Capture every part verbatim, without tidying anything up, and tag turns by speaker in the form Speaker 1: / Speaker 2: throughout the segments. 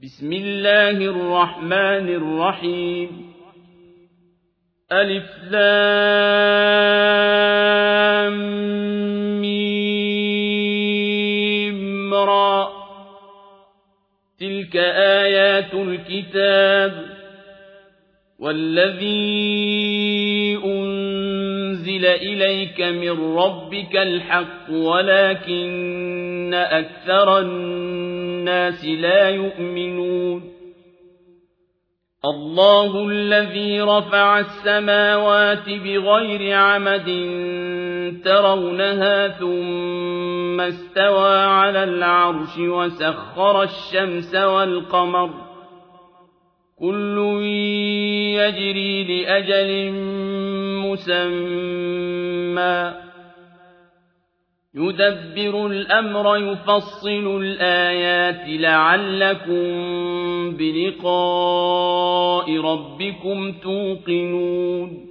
Speaker 1: بسم الله الرحمن الرحيم ألف لام ميم را تلك آيات الكتاب والذي أنزل إليك من ربك الحق ولكن أكثر الناس لا يؤمنون الله الذي رفع السماوات بغير عمد ترونها ثم استوى على العرش وسخر الشمس والقمر كل يجري لأجل مسمى يدبر الأمر يفصل الآيات لعلكم بلقاء ربكم توقنون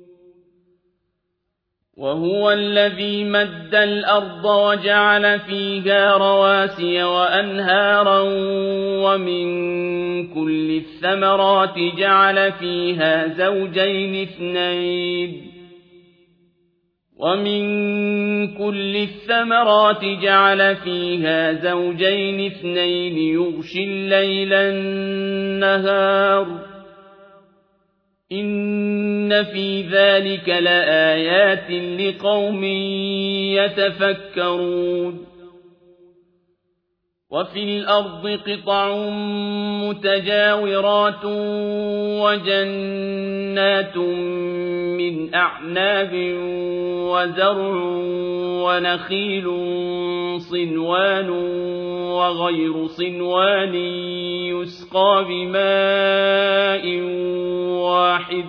Speaker 1: وهو الذي مد الأرض وجعل فيها رواسي وأنهارا ومن كل الثمرات جعل فيها زوجين اثنين ومن كل الثمرات جعل فيها زوجين اثنين يغشي الليل النهار إن في ذلك لآيات لقوم يتفكرون وفي الأرض قطع متجاورات وجنات من أعناب وزرع ونخيل صنوان وغير صنوان يسقى بماء واحد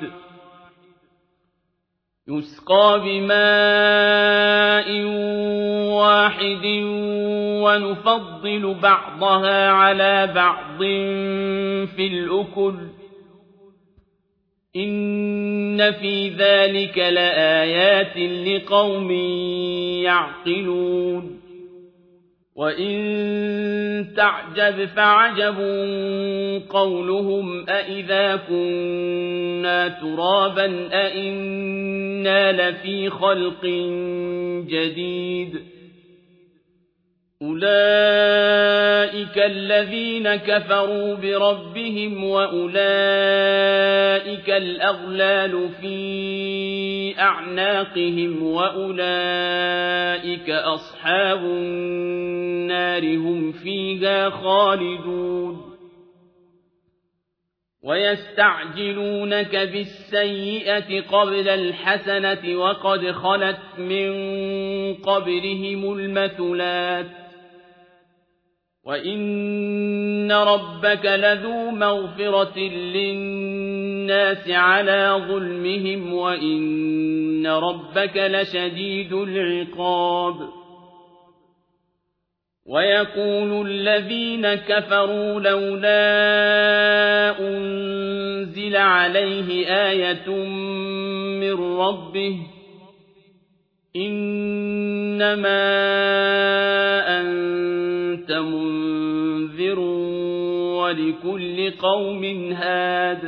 Speaker 1: يسقى بماء واحد ونفضل بعضها على بعض في الأكل إن في ذلك لآيات لقوم يعقلون وإن تعجب فعجب قولهم أإذا كنا ترابا أإنا لفي خلق جديد أولئك الذين كفروا بربهم وأولئك الأغلال في أعناقهم وأولئك أصحاب النار هم فيها خالدون ويستعجلونك بالسيئة قبل الحسنة وقد خلت من قبلهم المثلات وإن ربك لذو مغفرة للناس على ظلمهم وإن ربك لشديد العقاب ويقول الذين كفروا لولا أنزل عليه آية من ربه إنما أنت منذر ولكل قوم هاد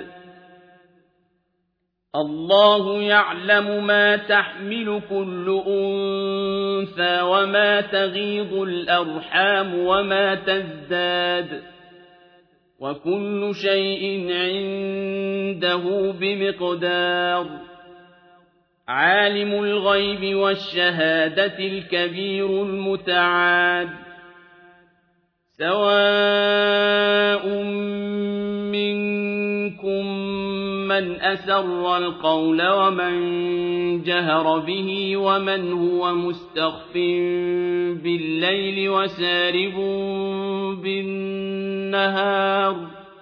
Speaker 1: الله يعلم ما تحمل كل أنثى وما تغيض الأرحام وما تزداد وكل شيء عنده بمقدار عالم الغيب والشهادة الكبير المتعال سواء منكم من أسر القول ومن جهر به ومن هو مستخف بالليل وسارب بالنهار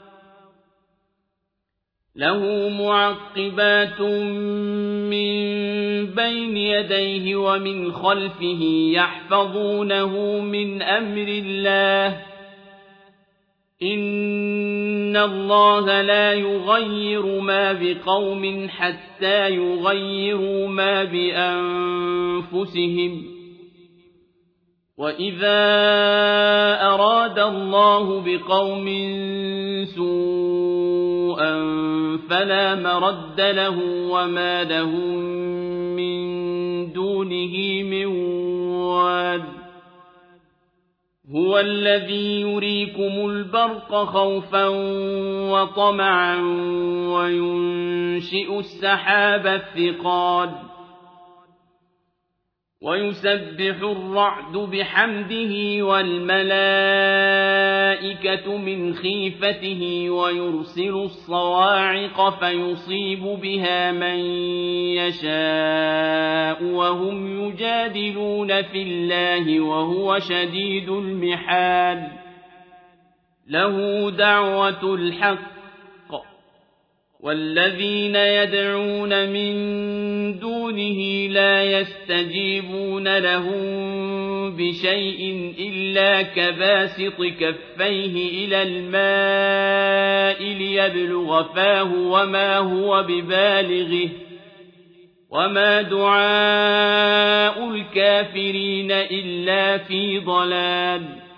Speaker 1: له معقبات من بين يديه ومن خلفه يحفظونه من أمر الله إن الله لا يغير ما بقوم حتى يغيروا ما بأنفسهم وَإِذَا أَرَادَ اللَّهُ بِقَوْمٍ سُوءًا فَلَا مَرَدَّ لَهُ وَمَا لَهُم مِّن دُونِهِ مِن وَالٍ هُوَ الَّذِي يُرِيكُمُ الْبَرْقَ خَوْفًا وَطَمَعًا وَيُنشِئُ السَّحَابَ الثِّقَالَ وَيُسَبِّحُ الرَّعْدُ بِحَمْدِهِ وَالْمَلَائِكَةُ مِنْ خِيفَتِهِ وَيُرْسِلُ الصَّوَاعِقَ فَيُصِيبُ بِهَا مَن يَشَاءُ وَهُمْ يُجَادِلُونَ فِي اللَّهِ وَهُوَ شَدِيدُ الْمِحَالِ لَهُ دَعْوَةُ الْحَقِّ وَالَّذِينَ يَدْعُونَ مِن دُونِهِ لَا يَسْتَجِيبُونَ لَهُم بِشَيْءٍ إِلَّا كَبَاسِطِ كَفَّيْهِ إِلَى الْمَاءِ لِيَبْلُغَ فَاهُ وَمَا هُوَ بِبَالِغِهِ وَمَا دُعَاءُ الْكَافِرِينَ إِلَّا فِي ضَلَالٍ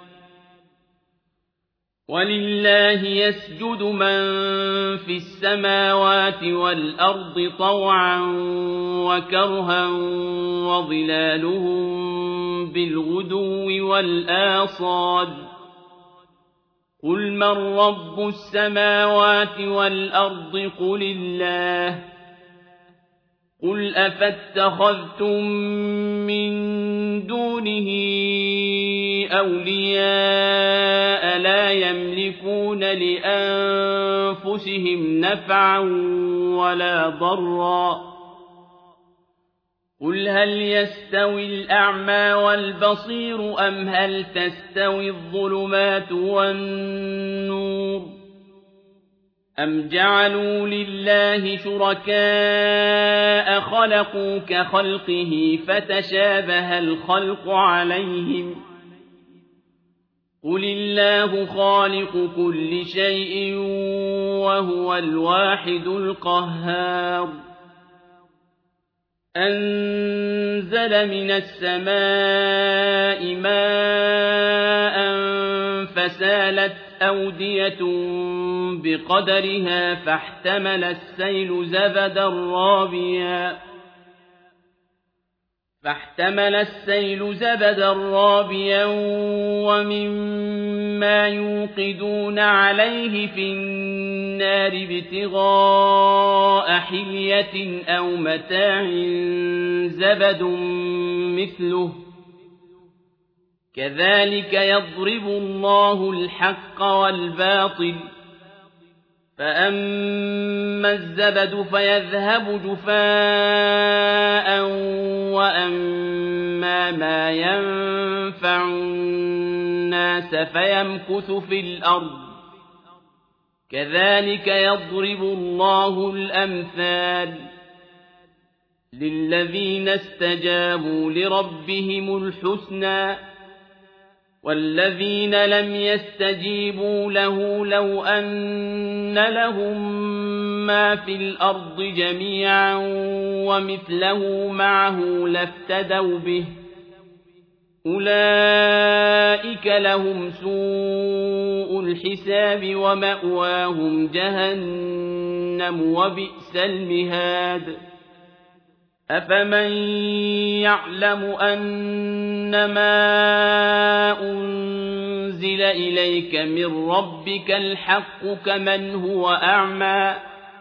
Speaker 1: وَلِلَّهِ يَسْجُدُ مَن فِي السَّمَاوَاتِ وَالْأَرْضِ طَوْعًا وَكَرْهًا وَظِلَالُهُم بِالْغُدُوِّ وَالْآصَالِ قُلْ مَن رَّبُّ السَّمَاوَاتِ وَالْأَرْضِ قُلِ اللَّهُ قُلْ أَفَاتَّخَذْتُم مِّن دُونِهِ أَوْلِيَاءَ لَا يَمْلِكُونَ لِأَنفُسِهِمْ نَفْعًا وَلَا ضَرًّا قُلْ هَلْ يَسْتَوِي الْأَعْمَىٰ وَالْبَصِيرُ أَمْ هَلْ تَسْتَوِي الظُّلُمَاتُ وَالنُّورُ أَمْ جَعَلُوا لِلَّهِ شُرَكَاءَ خَلَقُوا كَخَلْقِهِ فَتَشَابَهَ الْخَلْقُ عَلَيْهِمْ قُلِ اللَّهُ خَالِقُ كُلِّ شَيْءٍ وَهُوَ الْوَاحِدُ الْقَهَّارُ أَنزَلَ مِنَ السَّمَاءِ مَاءً فَسَالَتْ أَوْدِيَةٌ بِقَدَرِهَا فَاحْتَمَلَ السَّيْلُ زَبَدًا رَّابِيًا فاحتمل السيل زبدا رابيا ومما يوقدون عليه في النار ابتغاء حلية أو متاع زبد مثله كذلك يضرب الله الحق والباطل فأما الزبد فيذهب جفاء وأما ما ينفع الناس فيمكث في الأرض كذلك يضرب الله الأمثال للذين استجابوا لربهم الحسنى والذين لم يستجيبوا له لو أن لهم ما في الأرض جميعا ومثله معه لافتدوا به أولئك لهم سوء الحساب ومأواهم جهنم وبئس المهاد أفمن يعلم أنما أنزل إليك من ربك الحق كمن هو أعمى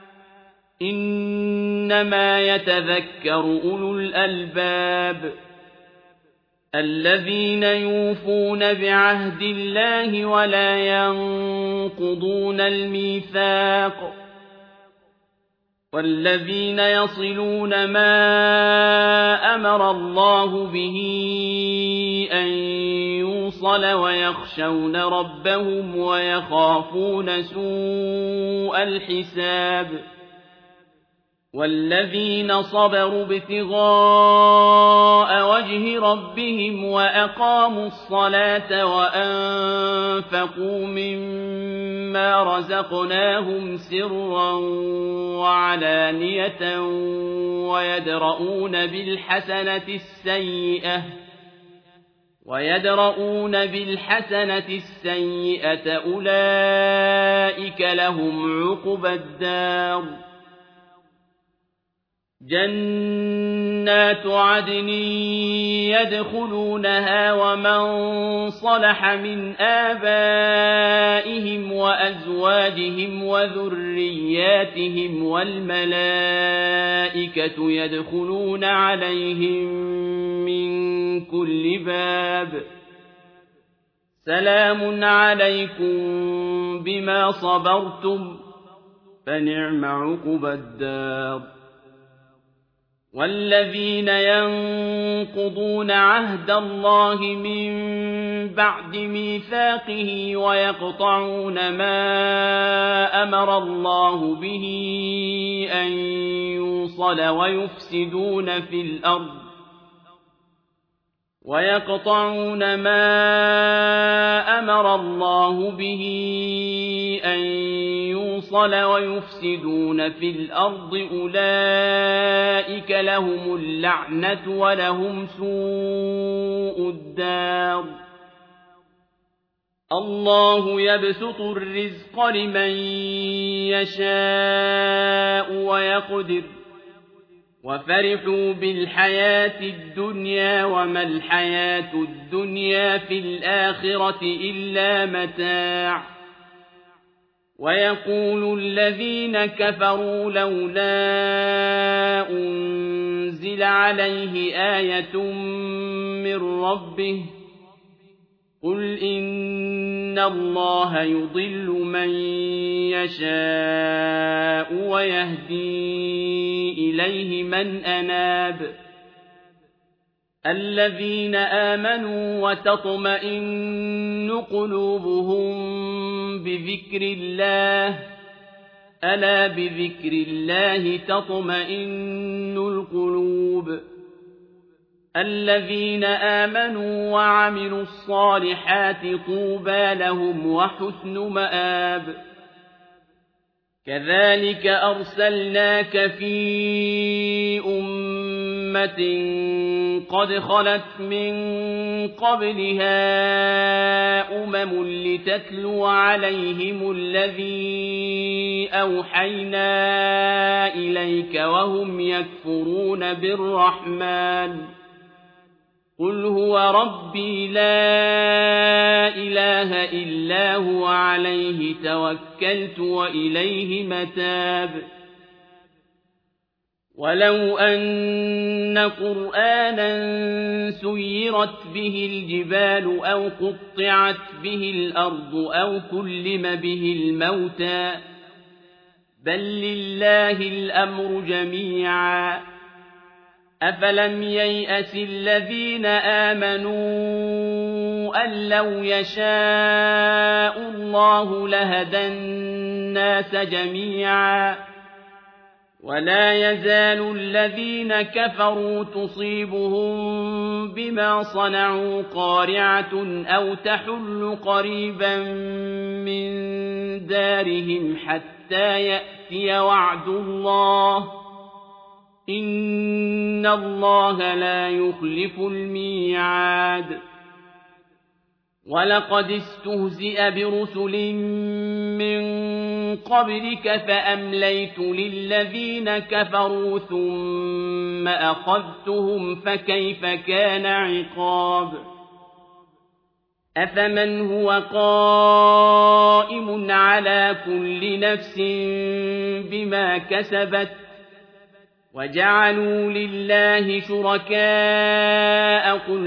Speaker 1: إنما يتذكر أولو الألباب الذين يوفون بعهد الله ولا ينقضون الميثاق والذين يصلون ما أمر الله به أن يوصل ويخشون ربهم ويخافون سوء الحساب والذين صبروا ابتغاء وجه ربهم وأقاموا الصلاة وأنفقوا مما رزقناهم سرا وعلانية ويدرؤون بالحسنة السيئة ويدرؤون بالحسنة السيئة أولئك لهم عقبى الدار جنات عدن يدخلونها ومن صلح من آبائهم وأزواجهم وذرياتهم والملائكة يدخلون عليهم من كل باب سلام عليكم بما صبرتم فنعم عقبى الدار والذين ينقضون عهد الله من بعد ميثاقه ويقطعون ما أمر الله به أن يوصل ويفسدون في الأرض ويقطعون ما أمر الله به أن يوصل ويفسدون في الأرض أولئك لهم اللعنة ولهم سوء الدار الله يبسط الرزق لمن يشاء ويقدر وفرحوا بالحياة الدنيا وما الحياة الدنيا في الآخرة إلا متاع ويقول الذين كفروا لولا أنزل عليه آية من ربه قل إن الله يضل من يشاء ويهدي إليه من أناب الذين آمنوا وتطمئن قلوبهم بذكر الله ألا بذكر الله تطمئن القلوب الذين آمنوا وعملوا الصالحات طوبى لهم وحسن مآب كذلك أرسلناك في أمة قد خلت من قبلها أمم لتتلو عليهم الذي أوحينا إليك وهم يكفرون بالرحمن قل هو ربي لا إله إلا هو عليه توكلت وإليه متاب ولو أن قرآنا سيرت به الجبال أو قطعت به الأرض أو كلم به الموتى بل لله الأمر جميعا أفلم ييأس الذين آمنوا أن لو يشاء الله لهدى الناس جميعا ولا يزال الذين كفروا تصيبهم بما صنعوا قارعة أو تحل قريبا من دارهم حتى يأتي وعد الله إن الله لا يخلف الميعاد ولقد استهزئ برسل من قبلك فأمليت للذين كفروا ثم أخذتهم فكيف كان عقاب أفمن هو قائم على كل نفس بما كسبت وجعلوا لله شركاء قل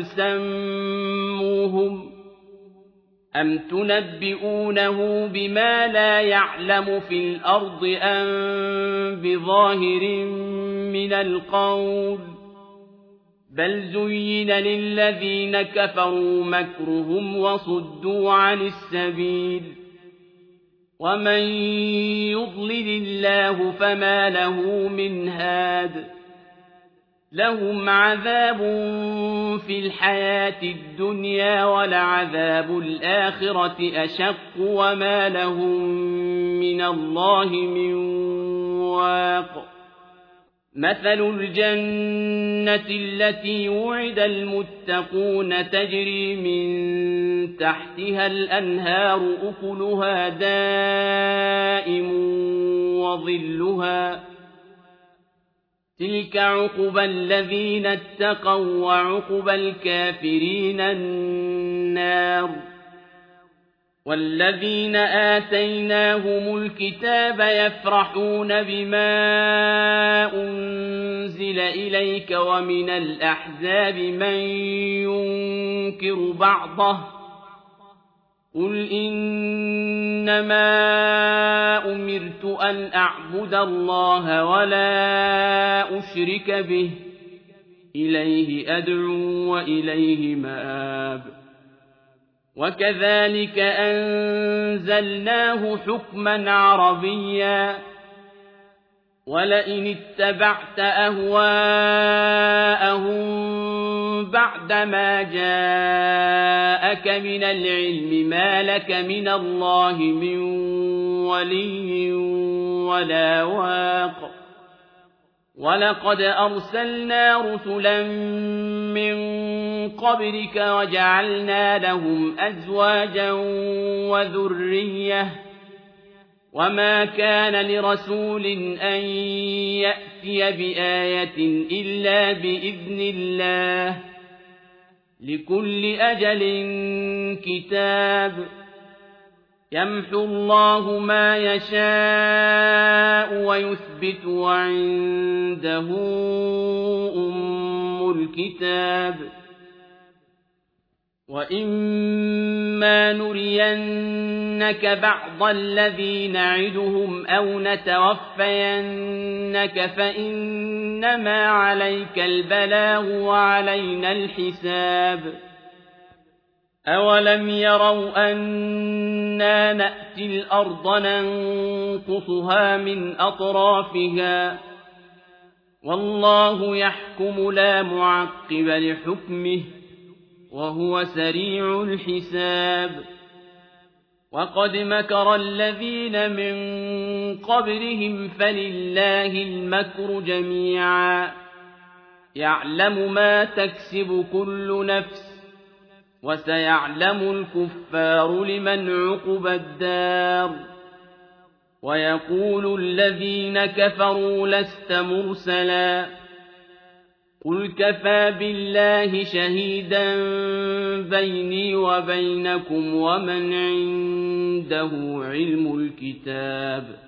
Speaker 1: سموهم أم تنبئونه بما لا يعلم في الأرض أم بظاهر من القول بل زين للذين كفروا مكرهم وصدوا عن السبيل ومن يضلل الله فما له من هاد لهم عذاب في الحياة الدنيا ولعذاب الآخرة أشق وما لهم من الله من واق مثل الجنة التي وعد المتقون تجري من تحتها الأنهار أكلها دائم وظلها تلك عقبى الذين اتقوا وعقبى الكافرين النار والذين آتيناهم الكتاب يفرحون بما أنزل إليك ومن الأحزاب من ينكر بعضه قل إنما أمرت أن أعبد الله ولا أشرك به إليه أدعو وإليه مآب وكذلك أنزلناه حكما عربيا ولئن اتبعت أهواءهم بعدما جاءك من العلم ما لك من الله من ولي ولا واق ولقد أرسلنا رسلا من قبلك وجعلنا لهم أزواجا وذرية وما كان لرسول أن يأتي بآية إلا بإذن الله لكل أجل كتاب يمحو الله ما يشاء ويثبت وعنده أم الكتاب وإما نرينك بعض الذي نعدهم أو نتوفينك فإنما عليك البلاغ وعلينا الحساب أولم يروا أنا نأتي الأرض ننقصها من أطرافها والله يحكم لا معقب لحكمه وهو سريع الحساب وقد مكر الذين من قبلهم فلله المكر جميعا يعلم ما تكسب كل نفس وسيعلم الكفار لمن عقبى الدار ويقول الذين كفروا لست مرسلا قل كفى بالله شهيدا بيني وبينكم ومن عنده علم الكتاب